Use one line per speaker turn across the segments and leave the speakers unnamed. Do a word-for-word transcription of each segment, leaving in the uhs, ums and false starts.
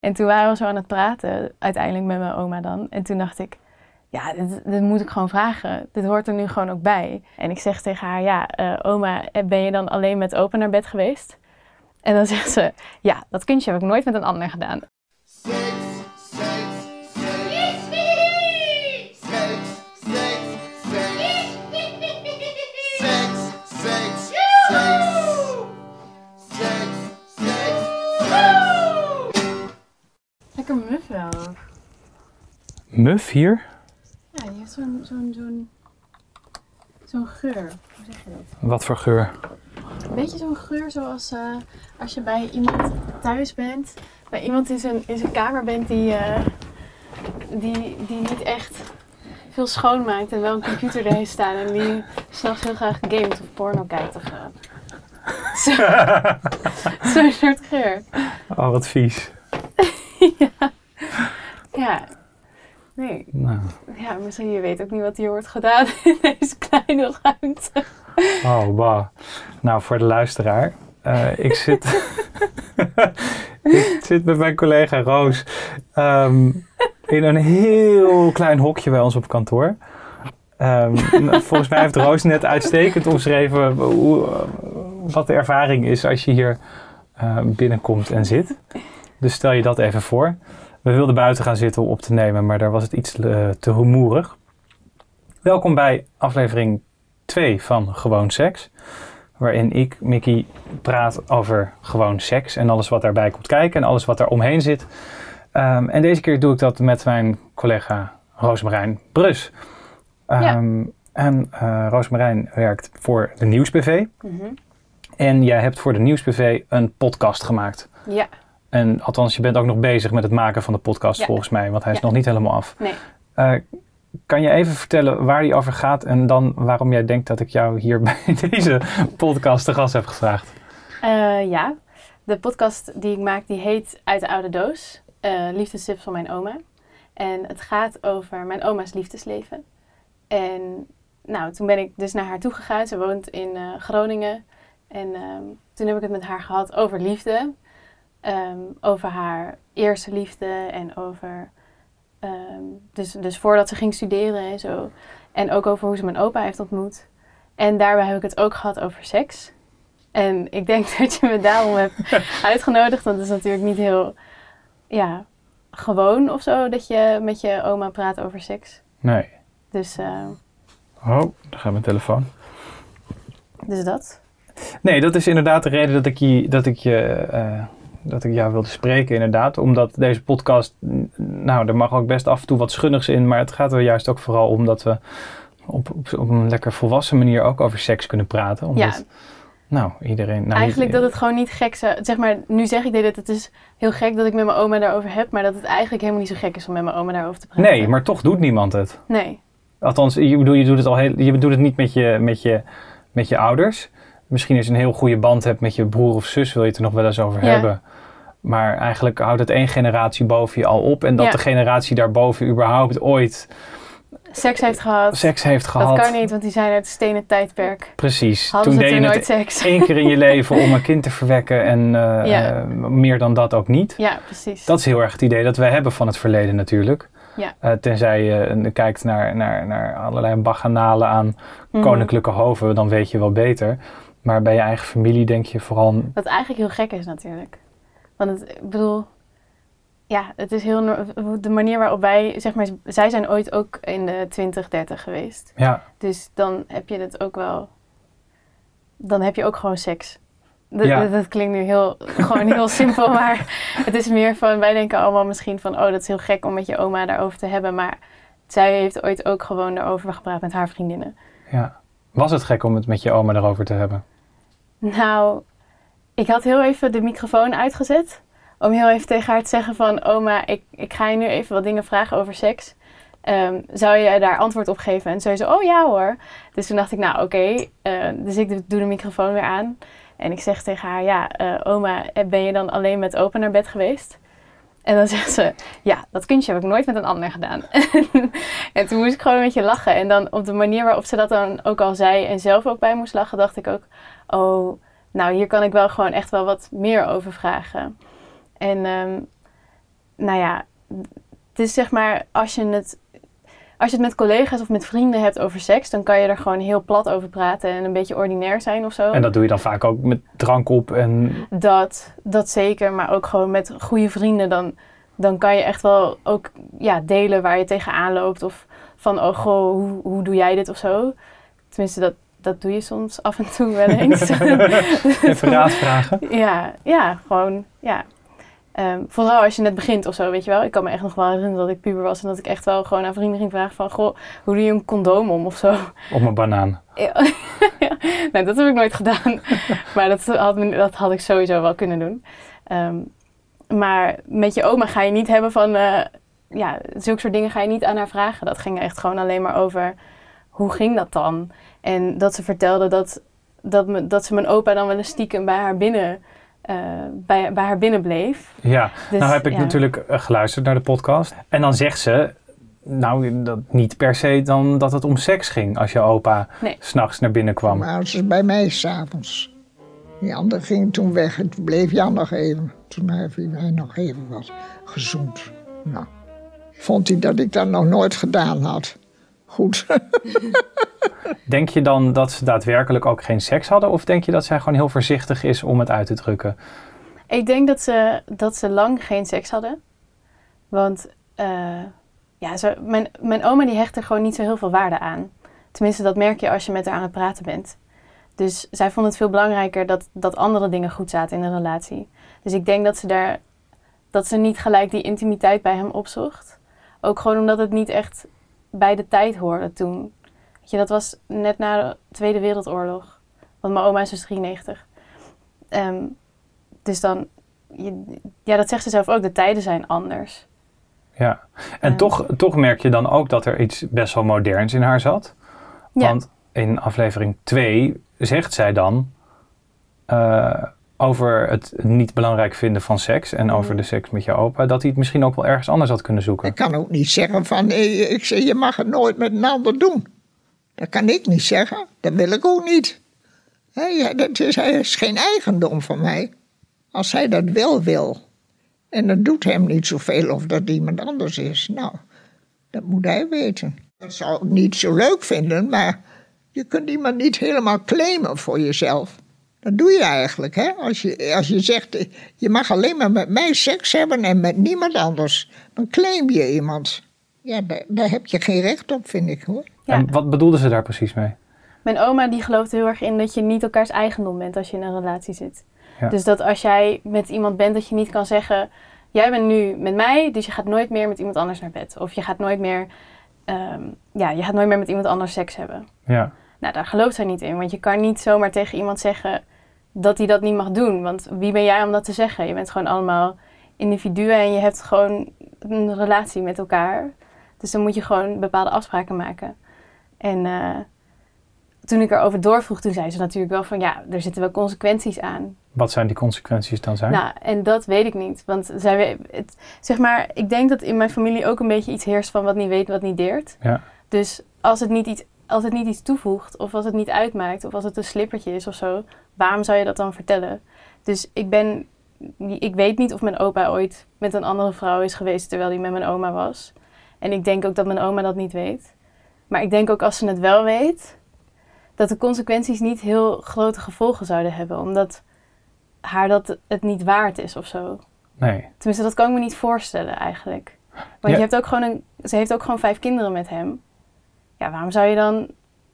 En toen waren we zo aan het praten, uiteindelijk met mijn oma dan. En toen dacht ik, ja, dit, dit moet ik gewoon vragen. Dit hoort er nu gewoon ook bij. En ik zeg tegen haar, ja, uh, oma, ben je dan alleen met opa naar bed geweest? En dan zegt ze, ja, dat kunstje heb ik nooit met een ander gedaan.
Seks, seks, seks. Seks, seks, seks. Seks, seks, seks. Seks, seks, seks.
Lekker muf wel.
Muf hier?
Ja, je hebt zo'n zo'n zo'n zo'n geur. Hoe zeg je dat?
Wat voor geur?
Een beetje zo'n geur zoals uh, als je bij iemand thuis bent, bij iemand in zijn, in zijn kamer bent die, uh, die, die niet echt veel schoonmaakt en wel een computer er heeft staan en die s'nachts heel graag gamet of porno kijkt of zo. Zo'n soort geur.
Oh, wat vies.
Ja. Ja. Nee.
Nou.
Ja, misschien je weet ook niet wat hier wordt gedaan in deze kleine ruimte.
Oh, bah. Nou, voor de luisteraar. Uh, ik zit... ik zit met mijn collega Roos um, in een heel klein hokje bij ons op kantoor. Um, volgens mij heeft Roos net uitstekend omschreven hoe, uh, wat de ervaring is als je hier uh, binnenkomt en zit. Dus stel je dat even voor. We wilden buiten gaan zitten om op te nemen, maar daar was het iets uh, te rumoerig. Welkom bij aflevering twee van Gewoon Seks. Waarin ik, Mickey, praat over gewoon seks en alles wat daarbij komt kijken en alles wat er omheen zit. Um, en deze keer doe ik dat met mijn collega Roosmarijn Brus. Um, ja. En uh, Roosmarijn werkt voor de Nieuws-B V. Mm-hmm. En jij hebt voor de Nieuws-B V een podcast gemaakt.
Ja.
En althans, je bent ook nog bezig met het maken van de podcast ja. volgens mij, want hij is ja. nog niet helemaal af.
Nee.
Uh, kan je even vertellen waar die over gaat en dan waarom jij denkt dat ik jou hier bij deze podcast te gast heb gevraagd?
Uh, ja, de podcast die ik maak die heet Uit de Oude Doos. Uh, liefdestips van mijn oma. En het gaat over mijn oma's liefdesleven. En nou, toen ben ik dus naar haar toegegaan. Ze woont in uh, Groningen. En uh, toen heb ik het met haar gehad over liefde. Um, over haar eerste liefde en over... Um, dus, dus voordat ze ging studeren en zo. En ook over hoe ze mijn opa heeft ontmoet. En daarbij heb ik het ook gehad over seks. En ik denk dat je me daarom hebt uitgenodigd. Want het is natuurlijk niet heel ja, gewoon of zo dat je met je oma praat over seks.
Nee.
Dus... Uh,
oh, daar gaat mijn telefoon.
Dus dat?
Nee, dat is inderdaad de reden dat ik je... Dat ik je uh, dat ik jou wilde spreken inderdaad, omdat deze podcast, nou, er mag ook best af en toe wat schunnigs in, maar het gaat er juist ook vooral om dat we op, op, op een lekker volwassen manier ook over seks kunnen praten. Omdat, ja. Nou, iedereen... Nou,
eigenlijk
niet,
dat het gewoon niet gek zou... Zeg maar, nu zeg ik dit, dat het is heel gek dat ik met mijn oma daarover heb, maar dat het eigenlijk helemaal niet zo gek is om met mijn oma daarover te praten.
Nee, maar toch doet niemand het.
Nee.
Althans, je, bedoel, je doet het al heel, je doet het niet met je, met je, met je ouders. Misschien als je een heel goede band hebt met je broer of zus, wil je het er nog wel eens over ja. hebben. Maar eigenlijk houdt het één generatie boven je al op. En dat ja. de generatie daarboven überhaupt ooit...
Seks heeft gehad.
Seks heeft gehad.
Dat kan niet, want die zijn uit het stenen tijdperk.
Precies.
Hadden
toen
ze
deed je
nooit
het
seks.
één keer in je leven om een kind te verwekken. En uh, ja. uh, meer dan dat ook niet.
Ja, precies.
Dat is heel erg het idee dat wij hebben van het verleden natuurlijk.
Ja.
Uh, tenzij je uh, kijkt naar, naar, naar allerlei bacchanalen aan mm-hmm. koninklijke hoven. Dan weet je wel beter. Maar bij je eigen familie denk je vooral...
Wat eigenlijk heel gek is natuurlijk. Want het, ik bedoel... Ja, het is heel... De manier waarop wij... Zeg maar, zij zijn ooit ook in de twintig, dertig geweest.
Ja.
Dus dan heb je het ook wel... Dan heb je ook gewoon seks. Dat,
ja.
dat, dat klinkt nu heel, gewoon heel simpel, maar het is meer van... Wij denken allemaal misschien van... Oh, dat is heel gek om met je oma daarover te hebben. Maar zij heeft ooit ook gewoon daarover gepraat met haar vriendinnen.
Ja. Was het gek om het met je oma daarover te hebben?
Nou, ik had heel even de microfoon uitgezet. Om heel even tegen haar te zeggen van... Oma, ik, ik ga je nu even wat dingen vragen over seks. Um, zou je daar antwoord op geven? En zei ze, oh ja hoor. Dus toen dacht ik, nou oké. Okay. Uh, dus ik doe de microfoon weer aan. En ik zeg tegen haar, ja, uh, oma, ben je dan alleen met opa naar bed geweest? En dan zegt ze, ja, dat kunstje heb ik nooit met een ander gedaan. En toen moest ik gewoon een beetje lachen. En dan op de manier waarop ze dat dan ook al zei en zelf ook bij moest lachen, dacht ik ook, oh, nou hier kan ik wel gewoon echt wel wat meer over vragen. En um, nou ja, het is zeg maar, als je het, als je het met collega's of met vrienden hebt over seks, dan kan je er gewoon heel plat over praten en een beetje ordinair zijn of zo.
En dat doe je dan vaak ook met drank op en...
Dat, dat zeker, maar ook gewoon met goede vrienden, dan, dan kan je echt wel ook ja, delen waar je tegenaan loopt of van, oh goh, hoe, hoe doe jij dit of zo. Tenminste, dat, dat doe je soms af en toe wel eens.
Even raad vragen.
Ja, ja, gewoon, ja. Um, vooral als je net begint of zo, weet je wel. Ik kan me echt nog wel herinneren dat ik puber was en dat ik echt wel gewoon aan vrienden ging vragen van, goh, hoe doe je een condoom om of zo?
Op mijn banaan.
Ja, ja. Nee, dat heb ik nooit gedaan. Maar dat had, dat had ik sowieso wel kunnen doen. Um, maar met je oma ga je niet hebben van, uh, ja, zulke soort dingen ga je niet aan haar vragen. Dat ging echt gewoon alleen maar over, hoe ging dat dan? En dat ze vertelde dat, dat, me, dat ze mijn opa dan wel eens stiekem bij haar binnen... Uh, bij, bij haar binnen bleef.
Ja,
dus,
nou heb ik
ja.
natuurlijk uh, geluisterd naar de podcast. En dan zegt ze, nou dat niet per se dan dat het om seks ging als je opa
nee.
's nachts naar binnen kwam.
Maar ze bij mij s'avonds. Die andere ging toen weg en toen bleef Jan nog even. Toen heeft hij mij nog even wat gezoend. Nou, vond hij dat ik dat nog nooit gedaan had. Goed.
Denk je dan dat ze daadwerkelijk ook geen seks hadden? Of denk je dat zij gewoon heel voorzichtig is om het uit te drukken?
Ik denk dat ze, dat ze lang geen seks hadden. Want uh, ja, ze, mijn, mijn oma die hecht er gewoon niet zo heel veel waarde aan. Tenminste, dat merk je als je met haar aan het praten bent. Dus zij vond het veel belangrijker dat, dat andere dingen goed zaten in de relatie. Dus ik denk dat ze, daar, dat ze niet gelijk die intimiteit bij hem opzocht. Ook gewoon omdat het niet echt bij de tijd hoorde toen. Weet je, dat was net na de Tweede Wereldoorlog. Want mijn oma is dus drieënnegentig. Um, dus dan, je, ja, dat zegt ze zelf ook, de tijden zijn anders.
Ja, en
um,
toch, toch merk je dan ook dat er iets best wel moderns in haar zat.
Ja.
Want in aflevering twee zegt zij dan uh, over het niet belangrijk vinden van seks en mm. over de seks met je opa, dat hij het misschien ook wel ergens anders had kunnen zoeken.
Ik kan ook niet zeggen van, ik zeg, je mag het nooit met een ander doen. Dat kan ik niet zeggen, dat wil ik ook niet. He, dat is, hij is geen eigendom van mij. Als hij dat wel wil. En dat doet hem niet zoveel of dat iemand anders is. Nou, dat moet hij weten. Dat zou ik niet zo leuk vinden, maar je kunt iemand niet helemaal claimen voor jezelf. Dat doe je eigenlijk, hè. Als je, als je zegt, je mag alleen maar met mij seks hebben en met niemand anders. Dan claim je iemand. Ja, daar, daar heb je geen recht op, vind ik, hoor.
Ja.
En wat bedoelde ze daar precies mee?
Mijn oma die gelooft heel erg in dat je niet elkaars eigendom bent als je in een relatie zit.
Ja.
Dus dat als jij met iemand bent, dat je niet kan zeggen, jij bent nu met mij, dus je gaat nooit meer met iemand anders naar bed. Of je gaat nooit meer, um, ja, je gaat nooit meer met iemand anders seks hebben.
Ja.
Nou, daar gelooft zij niet in. Want je kan niet zomaar tegen iemand zeggen dat hij dat niet mag doen. Want wie ben jij om dat te zeggen? Je bent gewoon allemaal individuen en je hebt gewoon een relatie met elkaar. Dus dan moet je gewoon bepaalde afspraken maken. En uh, toen ik erover doorvroeg, toen zei ze natuurlijk wel van ja, er zitten wel consequenties aan.
Wat zijn die consequenties dan zijn?
Nou, en dat weet ik niet. Want zij, het, zeg maar, ik denk dat in mijn familie ook een beetje iets heerst van wat niet weet, wat niet deert.
Ja.
Dus als het niet iets, als het niet iets toevoegt, of als het niet uitmaakt, of als het een slippertje is of zo, waarom zou je dat dan vertellen? Dus ik ben, ik weet niet of mijn opa ooit met een andere vrouw is geweest terwijl hij met mijn oma was. En ik denk ook dat mijn oma dat niet weet. Maar ik denk ook als ze het wel weet, dat de consequenties niet heel grote gevolgen zouden hebben. Omdat haar dat het niet waard is of zo.
Nee.
Tenminste, dat kan ik me niet voorstellen eigenlijk. Want
Ja.
je hebt ook gewoon een, ze heeft ook gewoon vijf kinderen met hem. Ja, waarom zou je dan,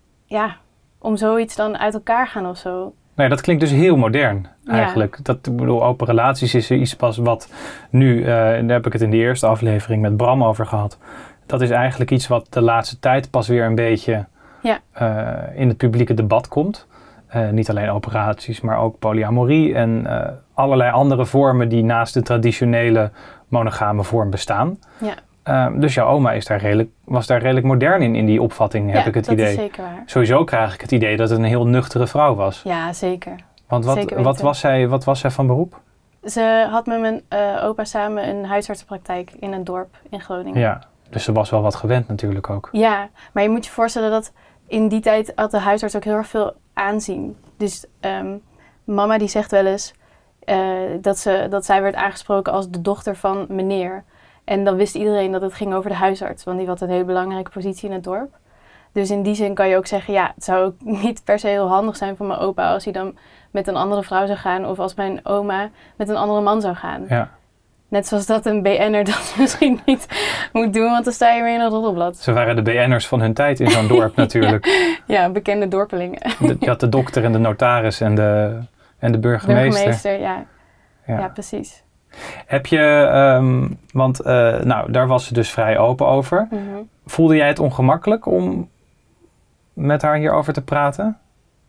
ja, om zoiets dan uit elkaar gaan of zo?
Nee, dat klinkt dus heel modern eigenlijk.
Ja.
Dat, ik bedoel, open relaties is er iets pas wat nu, uh, en daar heb ik het in de eerste aflevering met Bram over gehad. Dat is eigenlijk iets wat de laatste tijd pas weer een beetje
Ja.
uh, in het publieke debat komt. Uh, niet alleen open relaties, maar ook polyamorie en uh, allerlei andere vormen die naast de traditionele monogame vorm bestaan.
Ja,
Uh, dus jouw oma is daar redelijk, was daar redelijk modern in, in die opvatting, heb
ja
ik het
dat
idee.
is zeker waar.
Sowieso krijg ik het idee dat het een heel nuchtere vrouw was.
Ja, zeker.
Want wat,
Zeker
wat,
weten.
was zij, wat was zij van beroep?
Ze had met mijn uh, opa samen een huisartsenpraktijk in een dorp in Groningen.
Ja, dus ze was wel wat gewend natuurlijk ook.
Ja, maar je moet je voorstellen dat in die tijd had de huisarts ook heel erg veel aanzien. Dus um, mama die zegt wel eens uh, dat, ze, dat zij werd aangesproken als de dochter van meneer. En dan wist iedereen dat het ging over de huisarts, want die had een hele belangrijke positie in het dorp. Dus in die zin kan je ook zeggen, ja, het zou ook niet per se heel handig zijn van mijn opa als hij dan met een andere vrouw zou gaan of als mijn oma met een andere man zou gaan.
Ja.
Net zoals dat een B N'er dat misschien niet moet doen, want dan sta je weer in het roddelblad.
Ze waren de B N'ers van hun tijd in zo'n dorp natuurlijk.
Ja, ja, bekende dorpelingen.
De, je had de dokter en de notaris en de, en de burgemeester.
Burgemeester, ja.
Ja.
Ja, precies.
Heb je, um, want uh, nou, daar was ze dus vrij open over.
Mm-hmm.
Voelde jij het ongemakkelijk om met haar hierover te praten?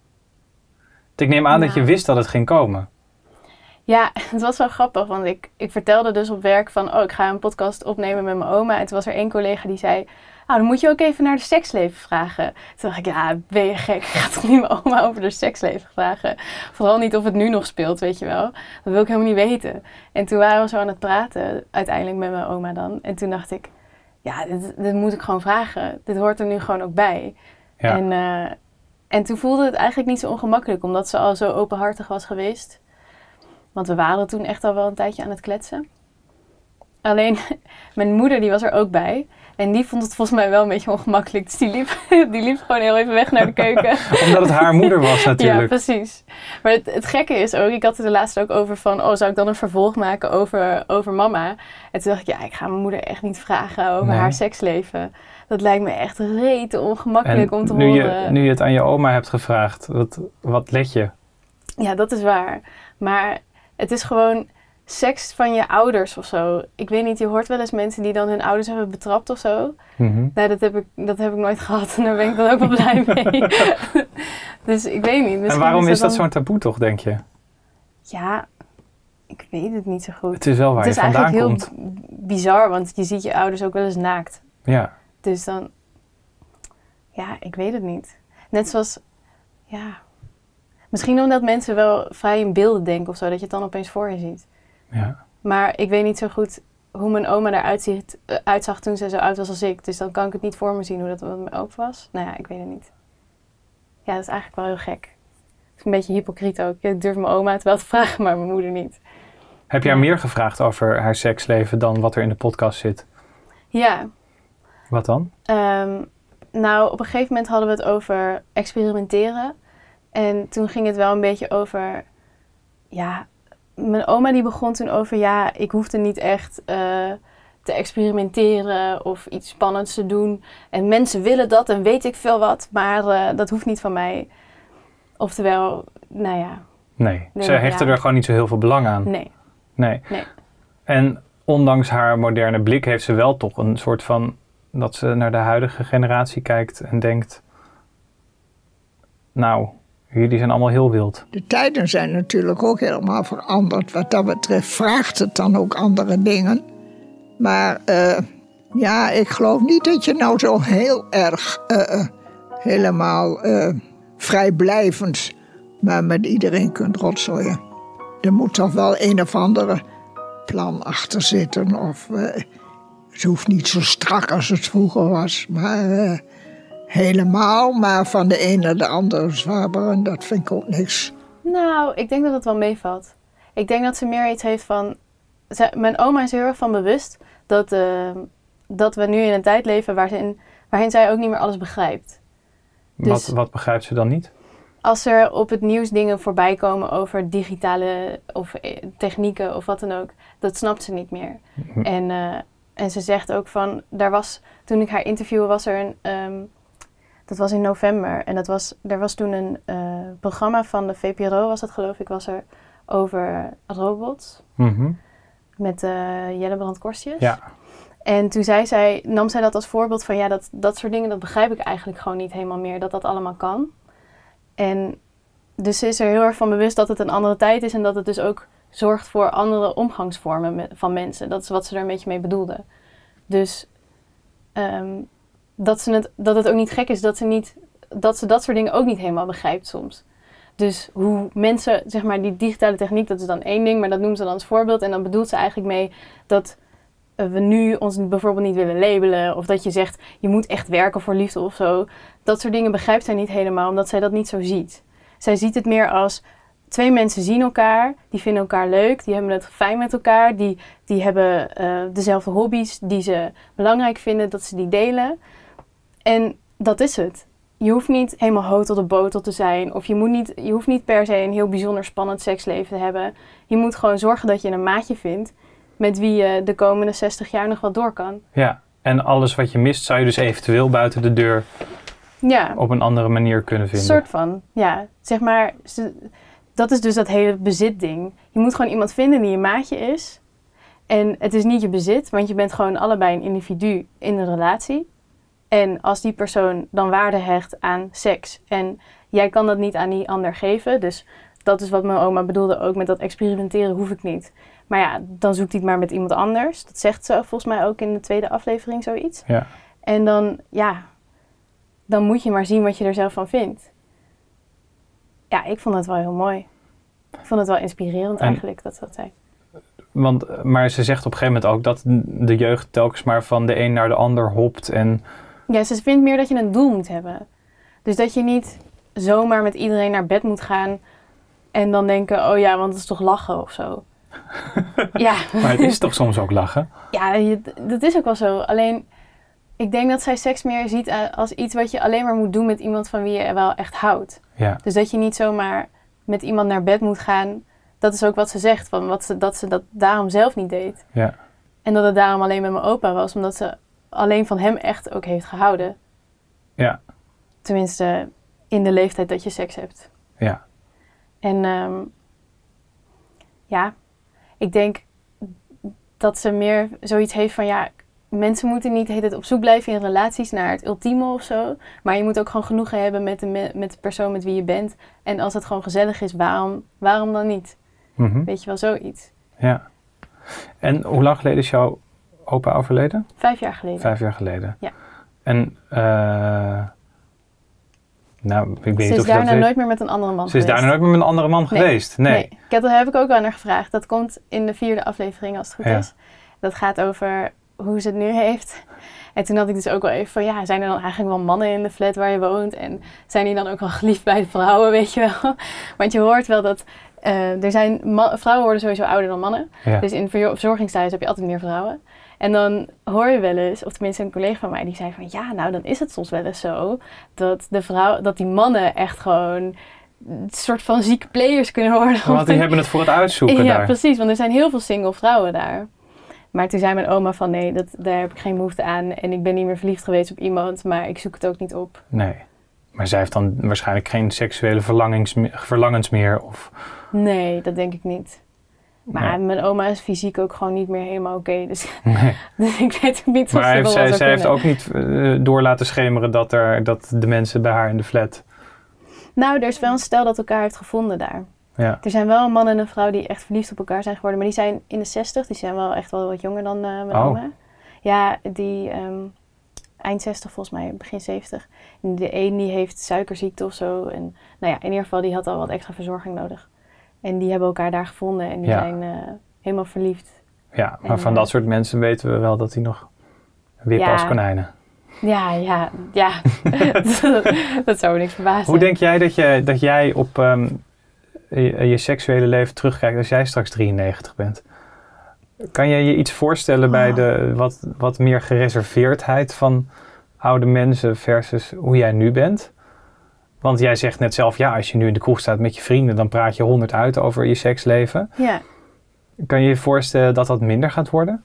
Ik neem aan
Nou.
dat je wist dat het ging komen.
Ja, het was wel grappig, want ik, ik vertelde dus op werk van, oh, ik ga een podcast opnemen met mijn oma. En toen was er één collega die zei, nou, dan moet je ook even naar de seksleven vragen. Toen dacht ik, ja, ben je gek? Ik ga toch niet mijn oma over de seksleven vragen? Vooral niet of het nu nog speelt, weet je wel. Dat wil ik helemaal niet weten. En toen waren we zo aan het praten, uiteindelijk met mijn oma dan. En toen dacht ik, ja, dit, dit moet ik gewoon vragen. Dit hoort er nu gewoon ook bij.
Ja.
En, uh, en toen voelde het eigenlijk niet zo ongemakkelijk, omdat ze al zo openhartig was geweest. Want we waren toen echt al wel een tijdje aan het kletsen. Alleen, mijn moeder die was er ook bij. En die vond het volgens mij wel een beetje ongemakkelijk. Dus die liep, die liep gewoon heel even weg naar de keuken.
Omdat het haar moeder was natuurlijk.
Ja, precies. Maar het, het gekke is ook, ik had het er laatst ook over van, oh, zou ik dan een vervolg maken over, over mama? En toen dacht ik, ja, ik ga mijn moeder echt niet vragen over
Nee.
haar seksleven. Dat lijkt me echt rete ongemakkelijk
En
om te
nu
horen.
je, nu je het aan je oma hebt gevraagd, wat, wat let je?
Ja, dat is waar. Maar het is gewoon seks van je ouders of zo. Ik weet niet, je hoort wel eens mensen die dan hun ouders hebben betrapt of zo.
Mm-hmm.
Nou, dat heb ik, dat heb ik nooit gehad en daar ben ik dan ook wel blij mee. Dus ik weet niet.
En waarom is dat
dan...
zo'n taboe toch, denk je?
Ja, ik weet het niet zo goed.
Het is wel waar
Het
je
is
vandaan
eigenlijk
komt.
heel bizar, want je ziet je ouders ook wel eens naakt.
Ja.
Dus dan, ja, ik weet het niet. Net zoals, ja, misschien omdat mensen wel vrij in beelden denken of zo, dat je het dan opeens voor je ziet.
Ja.
Maar ik weet niet zo goed hoe mijn oma eruit ziet, uh, uitzag toen ze zo oud was als ik. Dus dan kan ik het niet voor me zien hoe dat met mijn opa was. Nou ja, ik weet het niet. Ja, dat is eigenlijk wel heel gek. Het is een beetje hypocriet ook. Ik durf mijn oma het wel te vragen, maar mijn moeder niet.
Heb je haar meer gevraagd over haar seksleven dan wat er in de podcast zit?
Ja.
Wat dan?
Um, nou, op een gegeven moment hadden we het over experimenteren. En toen ging het wel een beetje over, ja, mijn oma die begon toen over, ja, ik hoefde niet echt uh, te experimenteren of iets spannends te doen. En mensen willen dat en weet ik veel wat, maar uh, dat hoeft niet van mij. Oftewel, nou ja.
Nee,
Nee,
ze hechten
ja.
er gewoon niet zo heel veel belang aan.
Nee,
Nee.
nee.
En ondanks haar moderne blik heeft ze wel toch een soort van, dat ze naar de huidige generatie kijkt en denkt, nou, jullie zijn allemaal heel wild.
De tijden zijn natuurlijk ook helemaal veranderd. Wat dat betreft vraagt het dan ook andere dingen. Maar uh, ja, ik geloof niet dat je nou zo heel erg uh, helemaal uh, vrijblijvend maar met iedereen kunt rotzooien. Er moet toch wel een of andere plan achter zitten. Of uh, het hoeft niet zo strak als het vroeger was. Maar uh, helemaal, maar van de een naar de andere zwabberen, dat vind ik ook niks.
Nou, ik denk dat het wel meevalt. Ik denk dat ze meer iets heeft van... Ze, mijn oma is er heel erg van bewust dat, uh, dat we nu in een tijd leven waarin, waarin zij ook niet meer alles begrijpt. Dus
Wat, wat begrijpt ze dan niet?
als er op het nieuws dingen voorbij komen over digitale of eh, technieken of wat dan ook, dat snapt ze niet meer.
Hm.
En, uh, en ze zegt ook van, daar was, toen ik haar interviewde was er een, um, dat was in november. En dat was, er was toen een uh, programma van de V P R O, was dat geloof ik, was er over robots.
Mm-hmm.
Met uh, Jellebrand Korstjes.
Ja.
En toen zei zij, nam zij dat als voorbeeld van, ja, dat, dat soort dingen, dat begrijp ik eigenlijk gewoon niet helemaal meer, dat dat allemaal kan. En dus ze is er heel erg van bewust dat het een andere tijd is en dat het dus ook zorgt voor andere omgangsvormen met, van mensen. Dat is wat ze er een beetje mee bedoelde. Dus um, dat, ze het, dat het ook niet gek is dat ze, niet, dat ze dat soort dingen ook niet helemaal begrijpt soms. Dus hoe mensen, zeg maar, die digitale techniek, dat is dan één ding, maar dat noemt ze dan als voorbeeld. En dan bedoelt ze eigenlijk mee dat uh, we nu ons bijvoorbeeld niet willen labelen. Of dat je zegt, je moet echt werken voor liefde of zo. Dat soort dingen begrijpt zij niet helemaal, omdat zij dat niet zo ziet. Zij ziet het meer als, twee mensen zien elkaar, die vinden elkaar leuk, die hebben het fijn met elkaar, die, die hebben uh, dezelfde hobby's die ze belangrijk vinden, dat ze die delen. En dat is het. Je hoeft niet helemaal hoog tot de botel te zijn. Of je, moet niet, je hoeft niet per se een heel bijzonder spannend seksleven te hebben. Je moet gewoon zorgen dat je een maatje vindt met wie je de komende zestig jaar nog wat door kan.
Ja, en alles wat je mist zou je dus eventueel buiten de deur
ja.
op een andere manier kunnen vinden.
Een soort van, ja. Zeg maar, dat is dus dat hele bezitding. Je moet gewoon iemand vinden die je maatje is. En het is niet je bezit, want je bent gewoon allebei een individu in een relatie. En als die persoon dan waarde hecht aan seks en jij kan dat niet aan die ander geven, dus dat is wat mijn oma bedoelde ook met dat experimenteren hoef ik niet. Maar ja, dan zoekt hij het maar met iemand anders. Dat zegt ze volgens mij ook in de tweede aflevering zoiets.
Ja.
En dan, ja, dan moet je maar zien wat je er zelf van vindt. Ja, ik vond het wel heel mooi. Ik vond het wel inspirerend
en,
eigenlijk dat ze dat zei.
Want, maar ze zegt op een gegeven moment ook dat de jeugd telkens maar van de een naar de ander hopt en...
Ja, ze vindt meer dat je een doel moet hebben. Dus dat je niet zomaar met iedereen naar bed moet gaan en dan denken, oh ja, want het is toch lachen of zo. Ja.
Maar het is toch soms ook lachen?
Ja, je, dat is ook wel zo. Alleen, ik denk dat zij seks meer ziet als iets wat je alleen maar moet doen met iemand van wie je wel echt houdt.
Ja.
Dus dat je niet zomaar met iemand naar bed moet gaan. Dat is ook wat ze zegt, van wat ze, dat ze dat daarom zelf niet deed.
Ja.
En dat het daarom alleen met mijn opa was, omdat ze alleen van hem echt ook heeft gehouden.
Ja.
Tenminste, in de leeftijd dat je seks hebt.
Ja.
En um, ja, ik denk dat ze meer zoiets heeft van, ja, mensen moeten niet de hele tijd op zoek blijven in relaties naar het ultieme of zo. Maar je moet ook gewoon genoegen hebben met de, me- met de persoon met wie je bent. En als het gewoon gezellig is, waarom, waarom dan niet?
Mm-hmm.
Weet je wel, zoiets.
Ja. En hoe lang geleden is jouw opa overleden?
Vijf jaar geleden.
Vijf jaar geleden.
Ja.
En, uh, nou, ik weet niet
Ze is
of je dat
daarna
weet.
nooit meer met een andere man
Ze
geweest.
is daarna nooit meer met een andere man
Nee.
geweest? Nee.
nee. Ik heb, dat heb ik ook aan haar gevraagd. Dat komt in de vierde aflevering als het goed
Ja.
is. Dat gaat over hoe ze het nu heeft. En toen had ik dus ook wel even van, ja, zijn er dan eigenlijk wel mannen in de flat waar je woont? En zijn die dan ook wel geliefd bij de vrouwen, weet je wel? Want je hoort wel dat, uh, er zijn, ma- vrouwen worden sowieso ouder dan mannen.
Ja.
Dus in verzorgingstehuis heb je altijd meer vrouwen. En dan hoor je wel eens, of tenminste een collega van mij die zei van, ja, nou dan is het soms wel eens zo, dat de vrouw, dat die mannen echt gewoon een soort van zieke players kunnen worden.
Want die hebben het voor het uitzoeken
ja,
daar.
precies, want er zijn heel veel single vrouwen daar. Maar toen zei mijn oma van, nee, dat, daar heb ik geen behoefte aan. En ik ben niet meer verliefd geweest op iemand, maar ik zoek het ook niet op.
Nee. Maar zij heeft dan waarschijnlijk geen seksuele verlangens, verlangens meer? Of...
Nee, dat denk ik niet. Maar
Nee.
mijn oma is fysiek ook gewoon niet meer helemaal oké. Okay, dus
Nee.
ik weet ook niet of
Maar
ze
heeft,
wel
zij,
zou
zij heeft
kunnen.
ook niet uh, door laten schemeren dat, er, dat de mensen bij haar in de flat...
Nou, er is wel een stel dat elkaar heeft gevonden daar.
Ja.
Er zijn wel een man en een vrouw die echt verliefd op elkaar zijn geworden. Maar die zijn in de zestig. Die zijn wel echt wel wat jonger dan uh, mijn
Oh.
oma. Ja, die um, eind zestig volgens mij, begin zeventig. En de een die heeft suikerziekte of zo. En nou ja, in ieder geval die had al wat extra verzorging nodig. En die hebben elkaar daar gevonden. En die
Ja.
zijn uh, helemaal verliefd.
Ja, maar
En,
van
uh,
dat soort mensen weten we wel dat die nog wippen
Ja.
als konijnen.
Ja, ja, ja. Dat zou me niks verbazen.
Hoe denk jij dat, je, dat jij op um, je, je seksuele leven terugkijkt als jij straks drieënnegentig bent? Kan je je iets voorstellen
Oh.
bij de wat, wat meer gereserveerdheid van oude mensen versus hoe jij nu bent? Want jij zegt net zelf, ja, als je nu in de kroeg staat met je vrienden, dan praat je honderd uit over je seksleven.
Ja.
Kan je je voorstellen dat dat minder gaat worden?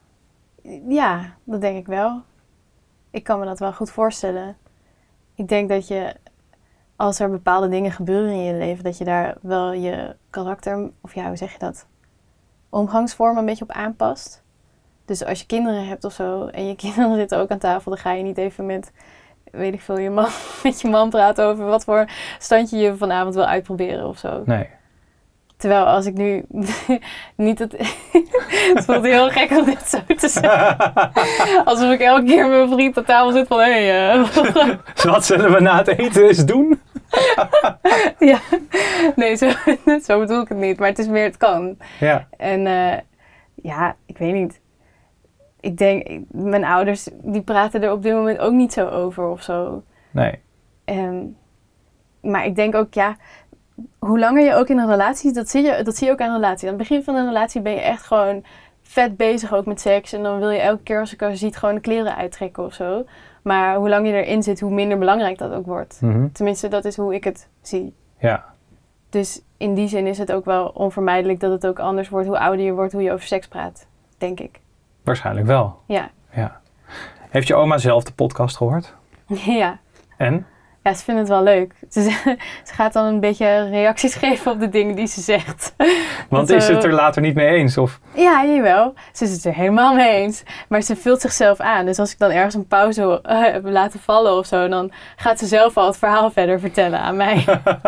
Ja, dat denk ik wel. Ik kan me dat wel goed voorstellen. Ik denk dat je, als er bepaalde dingen gebeuren in je leven, dat je daar wel je karakter, of ja, hoe zeg je dat? Omgangsvorm een beetje op aanpast. Dus als je kinderen hebt of zo, en je kinderen zitten ook aan tafel, dan ga je niet even met, weet ik veel, je man, met je man praten over wat voor standje je vanavond wil uitproberen of zo.
Nee.
Terwijl als ik nu niet het... Het voelt heel gek om dit zo te zeggen. Alsof ik elke keer met mijn vriend aan tafel zit van... Hé, hey, uh,
Wat zullen we na het eten eens doen?
ja, nee, zo, zo bedoel ik het niet. Maar het is meer, het kan.
Ja.
En uh, ja, ik weet niet. Ik denk, mijn ouders, die praten er op dit moment ook niet zo over of zo.
Nee.
Um, maar ik denk ook, ja... hoe langer je ook in een relatie zit, dat zie je, dat zie je ook aan relatie. Aan het begin van een relatie ben je echt gewoon vet bezig ook met seks. En dan wil je elke keer als je elkaar ziet gewoon de kleren uittrekken of zo. Maar hoe lang je erin zit, hoe minder belangrijk dat ook wordt.
Mm-hmm.
Tenminste, dat is hoe ik het zie.
Ja.
Dus in die zin is het ook wel onvermijdelijk dat het ook anders wordt. Hoe ouder je wordt, hoe je over seks praat, denk ik.
Waarschijnlijk wel.
Ja.
Ja. Heeft je oma zelf de podcast gehoord?
Ja.
En?
Ja, ze vindt het wel leuk. Ze, ze gaat dan een beetje reacties geven op de dingen die ze zegt.
Want
Dat,
is
uh,
het er later niet mee eens? Of?
Ja, jawel. Ze is het er helemaal mee eens. Maar ze vult zichzelf aan. Dus als ik dan ergens een pauze uh, heb laten vallen of zo, dan gaat ze zelf al het verhaal verder vertellen aan mij.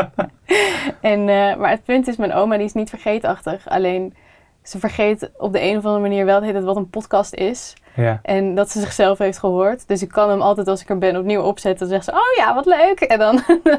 en, uh, maar het punt is, mijn oma die is niet vergeetachtig. Alleen, ze vergeet op de een of andere manier wel de hele tijd wat een podcast is.
Ja.
En dat ze zichzelf heeft gehoord. Dus ik kan hem altijd als ik er ben opnieuw opzetten. Dan zegt ze, oh ja, wat leuk. En dan,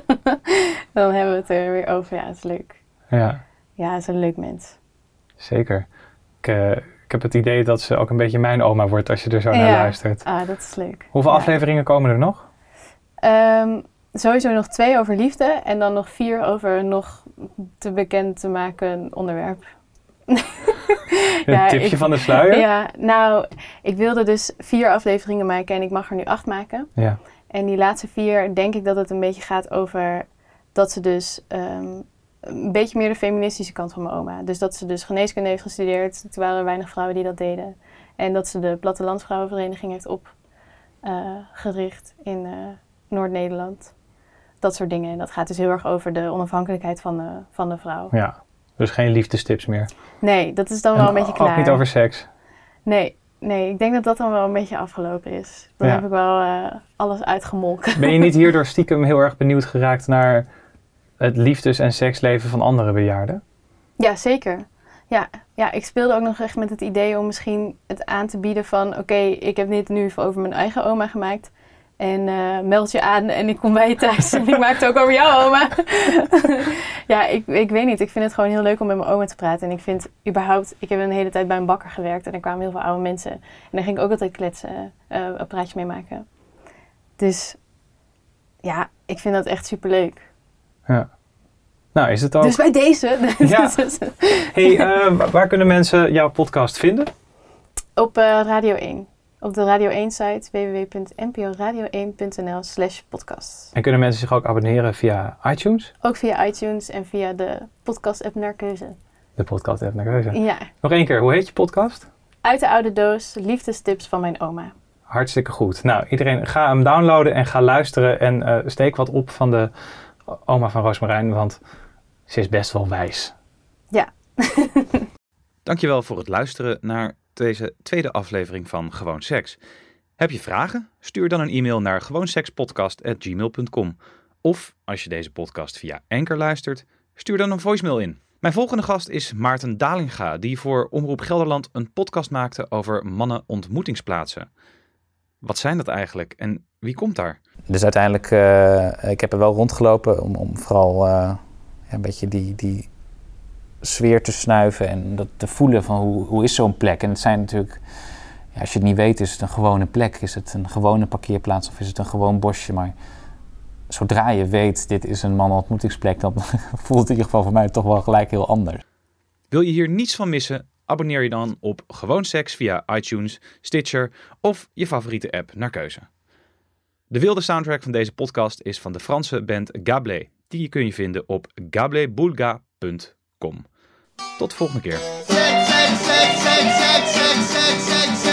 dan hebben we het er weer over. Ja, het is leuk.
Ja.
Ja, het is een leuk mens.
Zeker. Ik, uh, ik heb het idee dat ze ook een beetje mijn oma wordt als je er zo
ja.
naar luistert.
Ah, dat is leuk.
Hoeveel
ja.
afleveringen komen er nog?
Um, sowieso nog twee over liefde. En dan nog vier over een nog te bekend te maken onderwerp.
Een
ja,
tipje
ik,
van de sluier?
Ja, nou, ik wilde dus vier afleveringen maken en ik mag er nu acht maken.
Ja.
En die laatste vier denk ik dat het een beetje gaat over dat ze dus um, een beetje meer de feministische kant van mijn oma. Dus dat ze dus geneeskunde heeft gestudeerd. Toen waren er weinig vrouwen die dat deden. En dat ze de Plattelandsvrouwenvereniging heeft opgericht uh, in uh, Noord-Nederland. Dat soort dingen. En dat gaat dus heel erg over de onafhankelijkheid van de, van de vrouw.
Ja. Dus geen liefdestips meer.
Nee, dat is dan wel
en
een beetje klaar.
Ook niet over seks?
Nee, nee, ik denk dat dat dan wel een beetje afgelopen is. Dan
ja.
heb ik wel uh, alles uitgemolken.
Ben je niet hierdoor stiekem heel erg benieuwd geraakt naar het liefdes- en seksleven van andere bejaarden?
Ja, zeker. Ja, ja, ik speelde ook nog echt met het idee om misschien het aan te bieden van... Oké, okay, ik heb dit nu over mijn eigen oma gemaakt. En uh, meld je aan en ik kom bij je thuis en ik maak het ook over jouw oma. ja, ik, ik weet niet. Ik vind het gewoon heel leuk om met mijn oma te praten. En ik vind überhaupt... Ik heb een hele tijd bij een bakker gewerkt en er kwamen heel veel oude mensen. En daar ging ik ook altijd kletsen, uh, een praatje mee maken. Dus ja, ik vind dat echt superleuk.
Ja. Nou, is het ook...
Dus bij deze...
Ja. hey, uh, waar kunnen mensen jouw podcast vinden?
Op uh, Radio één. Op de Radio één site w w w punt n p o radio één punt n l slash podcast.
En kunnen mensen zich ook abonneren via iTunes?
Ook via iTunes en via de podcast-app naar keuze.
De podcast-app naar keuze.
Ja.
Nog één keer, hoe heet je podcast?
Uit de oude doos, liefdestips van mijn oma.
Hartstikke goed. Nou, iedereen ga hem downloaden en ga luisteren en uh, steek wat op van de oma van Roosmarijn, want ze is best wel wijs.
Ja.
Dankjewel voor het luisteren naar deze tweede aflevering van Gewoon Seks. Heb je vragen? Stuur dan een e-mail naar gewoonsekspodcast at gmail punt com. Of als je deze podcast via Anchor luistert, stuur dan een voicemail in. Mijn volgende gast is Maarten Dalinga, die voor Omroep Gelderland een podcast maakte over mannen-ontmoetingsplaatsen. Wat zijn dat eigenlijk en wie komt daar?
Dus uiteindelijk, uh, ik heb er wel rondgelopen om, om vooral uh, ja, een beetje die... die sfeer te snuiven en dat te voelen van hoe, hoe is zo'n plek. En het zijn natuurlijk, ja, als je het niet weet, is het een gewone plek. Is het een gewone parkeerplaats of is het een gewoon bosje. Maar zodra je weet, dit is een mannenontmoetingsplek, dan voelt het in ieder geval voor mij toch wel gelijk heel anders.
Wil je hier niets van missen? Abonneer je dan op Gewoon Seks via iTunes, Stitcher of je favoriete app naar keuze. De wilde soundtrack van deze podcast is van de Franse band Gablé. Die kun je vinden op gableboulga punt com. Tot de volgende keer.
Sex, sex, sex, sex, sex, sex, sex, sex, sex.